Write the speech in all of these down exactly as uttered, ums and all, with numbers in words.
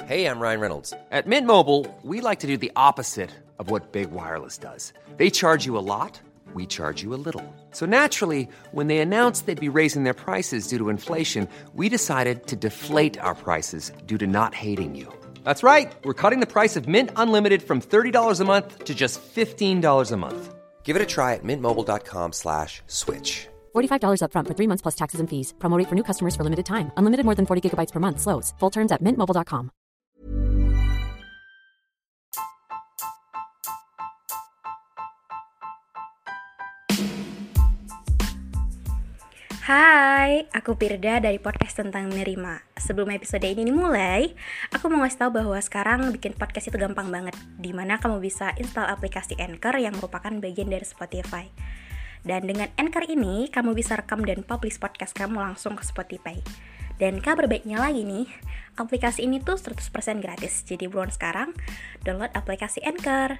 Hey, I'm Ryan Reynolds. At Mint Mobile, we like to do the opposite of what Big Wireless does. They charge you a lot, we charge you a little. So naturally, when they announced they'd be raising their prices due to inflation, we decided to deflate our prices due to not hating you. That's right. We're cutting the price of Mint Unlimited from thirty dollars a month to just fifteen dollars a month. Give it a try at mintmobile.com slash switch. forty-five dollars up front for three months plus taxes and fees. Promo rate for new customers for limited time. Unlimited more than forty gigabytes per month slows. Full terms at mint mobile dot com. Hai, aku Pirda dari podcast tentang menerima. Sebelum episode ini dimulai, aku mau ngasih tahu bahwa sekarang bikin podcast itu gampang banget, dimana kamu bisa install aplikasi Anchor yang merupakan bagian dari Spotify. Dan dengan Anchor ini, kamu bisa rekam dan publish podcast kamu langsung ke Spotify. Dan kabar baiknya lagi nih, aplikasi ini tuh seratus persen gratis. Jadi buruan sekarang, download aplikasi Anchor.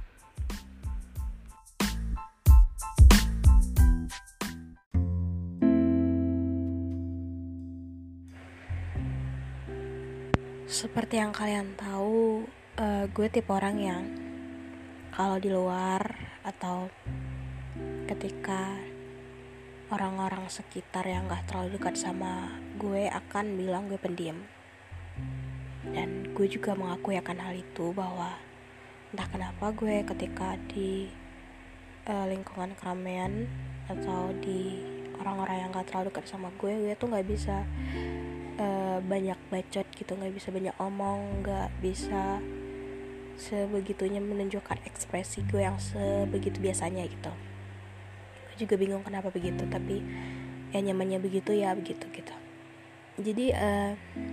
Seperti yang kalian tahu, uh, gue tipe orang yang kalau di luar atau ketika orang-orang sekitar yang gak terlalu dekat sama gue akan bilang gue pendiam. Dan gue juga mengakui akan hal itu, bahwa entah kenapa gue ketika di uh, lingkungan keramaian atau di orang-orang yang gak terlalu dekat sama gue, gue tuh gak bisa Uh, banyak bacot gitu, nggak bisa banyak omong, nggak bisa sebegitunya menunjukkan ekspresi gue yang sebegitu biasanya gitu. Gue juga bingung kenapa begitu, tapi ya nyamannya begitu ya begitu gitu. Jadi uh,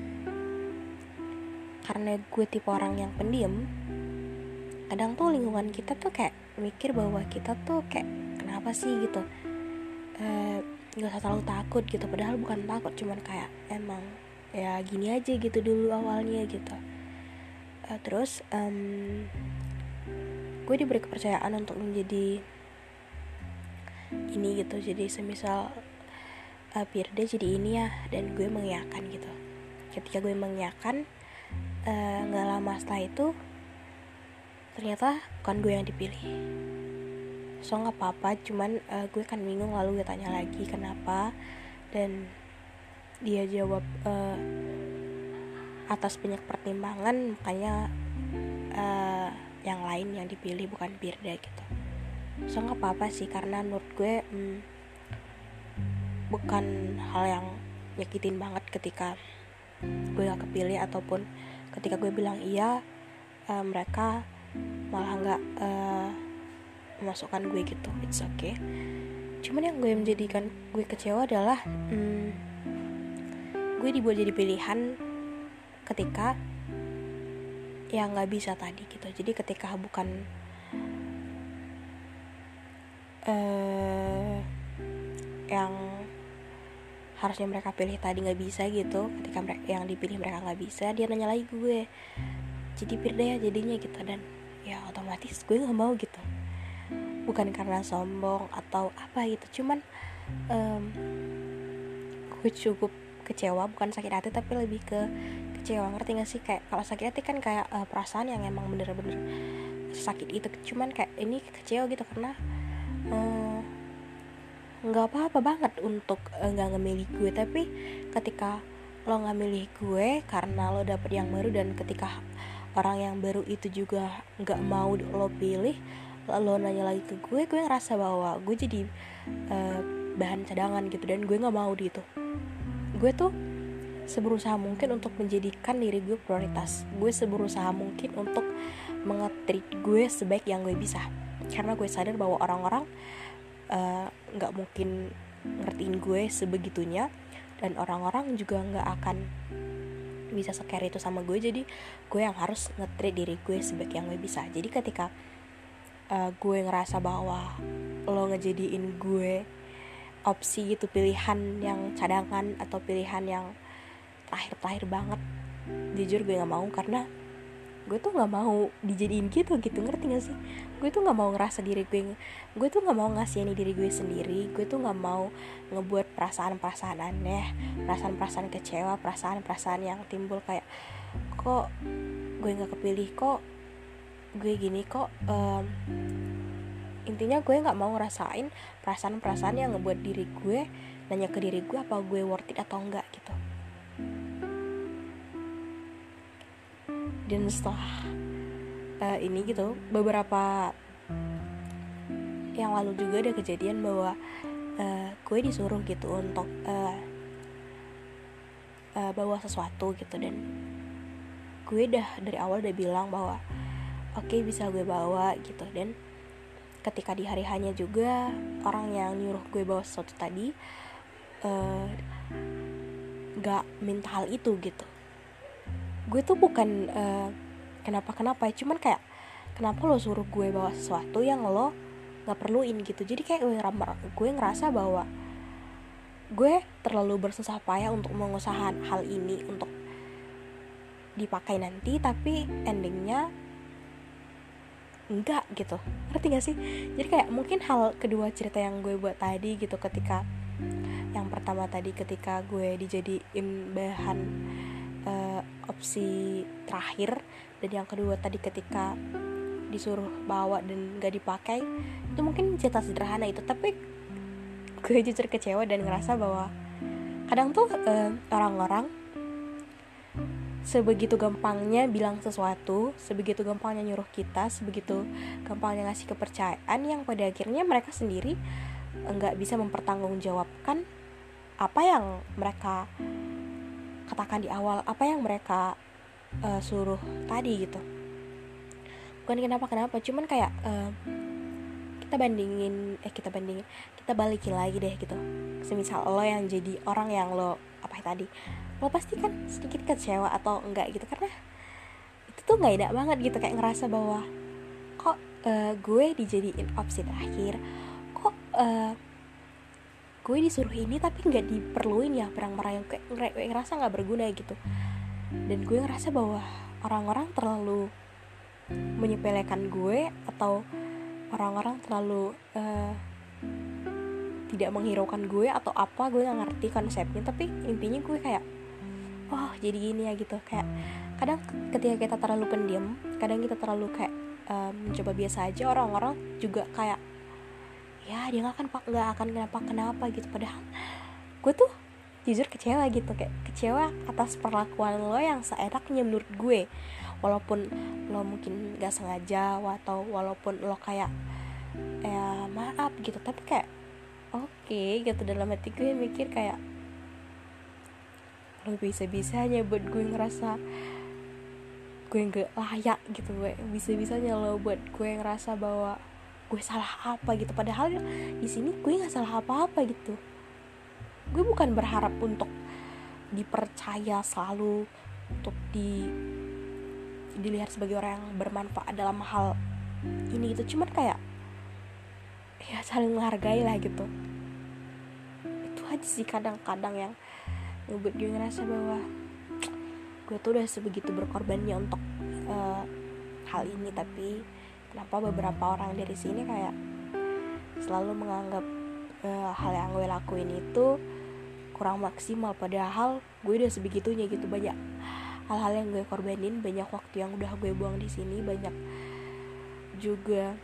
karena gue tipe orang yang pendiam, kadang tuh lingkungan kita tuh kayak mikir bahwa kita tuh kayak kenapa sih gitu, uh, gak usah terlalu takut gitu, padahal bukan takut, cuman kayak emang ya gini aja gitu dulu awalnya gitu. uh, terus um, gue diberi kepercayaan untuk menjadi ini gitu, jadi semisal uh, Pirda jadi ini ya, dan gue mengiyakan gitu. Ketika gue mengiyakan, uh, gak lama setelah itu ternyata bukan gue yang dipilih. So gak apa-apa, cuman uh, gue kan bingung, lalu gue tanya lagi kenapa, dan dia jawab uh, atas banyak pertimbangan makanya uh, yang lain yang dipilih bukan Pirda gitu. So gak apa-apa sih, karena menurut gue hmm, bukan hal yang nyakitin banget ketika gue gak kepilih, ataupun ketika gue bilang iya uh, mereka malah gak uh, memasukkan gue gitu. It's okay. Cuman yang gue menjadikan gue kecewa adalah hmm, gue dibuat jadi pilihan ketika yang nggak bisa tadi gitu. Jadi ketika bukan uh, yang harusnya mereka pilih tadi nggak bisa gitu, ketika mereka yang dipilih mereka nggak bisa, dia nanya lagi gue, jadi Pirda ya jadinya gitu. Dan ya otomatis gue nggak mau gitu. Bukan karena sombong atau apa gitu, cuman um, gue cukup kecewa, bukan sakit hati tapi lebih ke kecewa. Ngerti gak sih? Kayak kalau sakit hati kan kayak uh, perasaan yang emang bener-bener sakit itu, cuman kayak ini kecewa gitu karena uh, gak apa-apa banget untuk uh, gak ngemilih gue, tapi ketika lo gak milih gue karena lo dapet yang baru, dan ketika orang yang baru itu juga gak mau lo pilih, lo nanya lagi ke gue, gue ngerasa bahwa gue jadi uh, bahan cadangan gitu, dan gue nggak mau gitu. Gue tuh seberusaha mungkin untuk menjadikan diri gue prioritas. Gue seberusaha mungkin untuk nge-treat gue sebaik yang gue bisa, karena gue sadar bahwa orang-orang nggak uh, mungkin ngertiin gue sebegitunya, dan orang-orang juga nggak akan bisa se-care itu sama gue. Jadi gue yang harus nge-treat diri gue sebaik yang gue bisa. Jadi ketika Uh, gue ngerasa bahwa lo ngejadiin gue opsi gitu, pilihan yang cadangan atau pilihan yang terakhir-terakhir banget, jujur gue gak mau, karena gue tuh gak mau dijadiin gitu gitu, ngerti gak sih? Gue tuh gak mau ngerasa diri gue, gue tuh gak mau ngasihani diri gue sendiri, gue tuh gak mau ngebuat perasaan-perasaan aneh, perasaan-perasaan kecewa, perasaan-perasaan yang timbul kayak kok gue nggak kepilih, kok gue gini, kok um, intinya gue nggak mau ngerasain perasaan-perasaan yang ngebuat diri gue nanya ke diri gue apa gue worth it atau enggak gitu. Dan setelah uh, ini gitu, beberapa yang lalu juga ada kejadian bahwa uh, gue disuruh gitu untuk uh, uh, bawa sesuatu gitu, dan gue dah dari awal udah bilang bahwa oke okay, bisa gue bawa gitu. Dan ketika di hari hanya juga orang yang nyuruh gue bawa sesuatu tadi uh, gak minta hal itu gitu. Gue tuh bukan uh, kenapa-kenapa, cuman kayak kenapa lo suruh gue bawa sesuatu yang lo gak perluin gitu. Jadi kayak gue, gue ngerasa bahwa gue terlalu bersusah payah untuk mengusahakan hal ini untuk dipakai nanti, tapi endingnya enggak gitu. Ngerti gak sih? Jadi kayak mungkin hal kedua cerita yang gue buat tadi gitu, ketika yang pertama tadi ketika gue dijadiin bahan uh, opsi terakhir, dan yang kedua tadi ketika disuruh bawa dan gak dipakai, itu mungkin cerita sederhana itu, tapi gue jujur kecewa dan ngerasa bahwa kadang tuh uh, orang-orang sebegitu gampangnya bilang sesuatu, sebegitu gampangnya nyuruh kita, sebegitu gampangnya ngasih kepercayaan yang pada akhirnya mereka sendiri nggak bisa mempertanggungjawabkan apa yang mereka katakan di awal, apa yang mereka uh, suruh tadi gitu. Bukan kenapa-kenapa, cuman kayak uh, kita bandingin, eh kita bandingin, kita balikin lagi deh gitu. Semisal lo yang jadi orang yang lo apa tadi, lo pasti kan sedikit kecewa atau enggak gitu, karena itu tuh nggak enak banget gitu, kayak ngerasa bahwa kok uh, gue dijadiin opsi terakhir, kok uh, gue disuruh ini tapi nggak diperluin ya barang-barang yang kayak ngerasa nggak berguna gitu. Dan gue ngerasa bahwa orang-orang terlalu menyepelekan gue, atau orang-orang terlalu uh, tidak menghiraukan gue atau apa, gue nggak ngerti konsepnya. Tapi intinya gue kayak oh jadi gini ya gitu. Kayak kadang ketika kita terlalu pendiam, kadang kita terlalu kayak uh, mencoba biasa aja, orang-orang juga kayak ya dia nggak akan nggak akan kenapa kenapa gitu. Padahal gue tuh jujur kecewa gitu, kayak kecewa atas perlakuan lo yang seenaknya menurut gue, walaupun lo mungkin nggak sengaja, atau walaupun lo kayak ya maaf gitu, tapi kayak oke okay, gitu. Dalam hati gue mikir kayak lo bisa-bisanya buat gue ngerasa gue nggak layak gitu, gue bisa-bisanya lo buat gue ngerasa bahwa gue salah apa gitu. Padahal di sini gue nggak salah apa-apa gitu. Gue bukan berharap untuk dipercaya selalu, untuk di dilihat sebagai orang yang bermanfaat dalam hal ini gitu. Cuman kayak ya saling menghargai lah gitu. Itu aja sih kadang-kadang yang ngebuat gue ngerasa bahwa gue tuh udah sebegitu berkorbannya untuk uh, hal ini, tapi kenapa beberapa orang dari sini kayak selalu menganggap uh, hal yang gue lakuin itu kurang maksimal, padahal gue udah sebegitunya gitu. Banyak hal-hal yang gue korbanin, banyak waktu yang udah gue buang di sini, banyak juga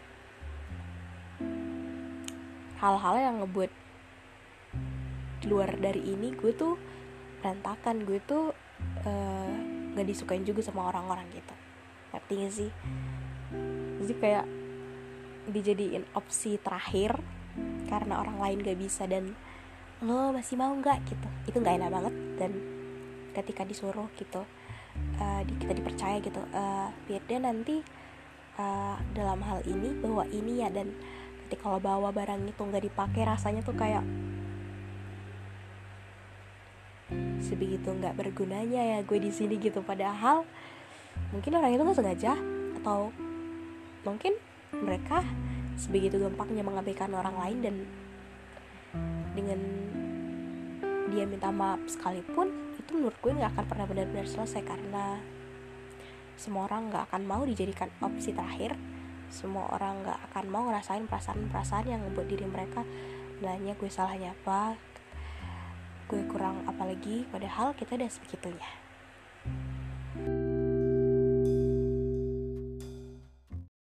hal-hal yang ngebuat di luar dari ini gue tuh berantakan, gue tuh uh, gak disukain juga sama orang-orang gitu. Ngerti gak sih? Jadi kayak dijadiin opsi terakhir karena orang lain gak bisa dan lo masih mau gak gitu. Itu gak enak banget. Dan ketika disuruh gitu, uh, kita dipercaya gitu, uh, biar dia nanti uh, dalam hal ini bawa ini ya, dan ketika lo bawa barang itu gak dipakai, rasanya tuh kayak sebegitu gak bergunanya ya gue di sini gitu. Padahal mungkin orang itu gak sengaja, atau mungkin mereka sebegitu gampangnya mengabaikan orang lain, dan dengan dia minta maaf sekalipun itu menurut gue gak akan pernah benar-benar selesai, karena semua orang gak akan mau dijadikan opsi terakhir. Semua orang gak akan mau ngerasain perasaan-perasaan yang ngebuat diri mereka nanya gue salahnya apa, gue kurang apa lagi, padahal kita udah sebegitunya.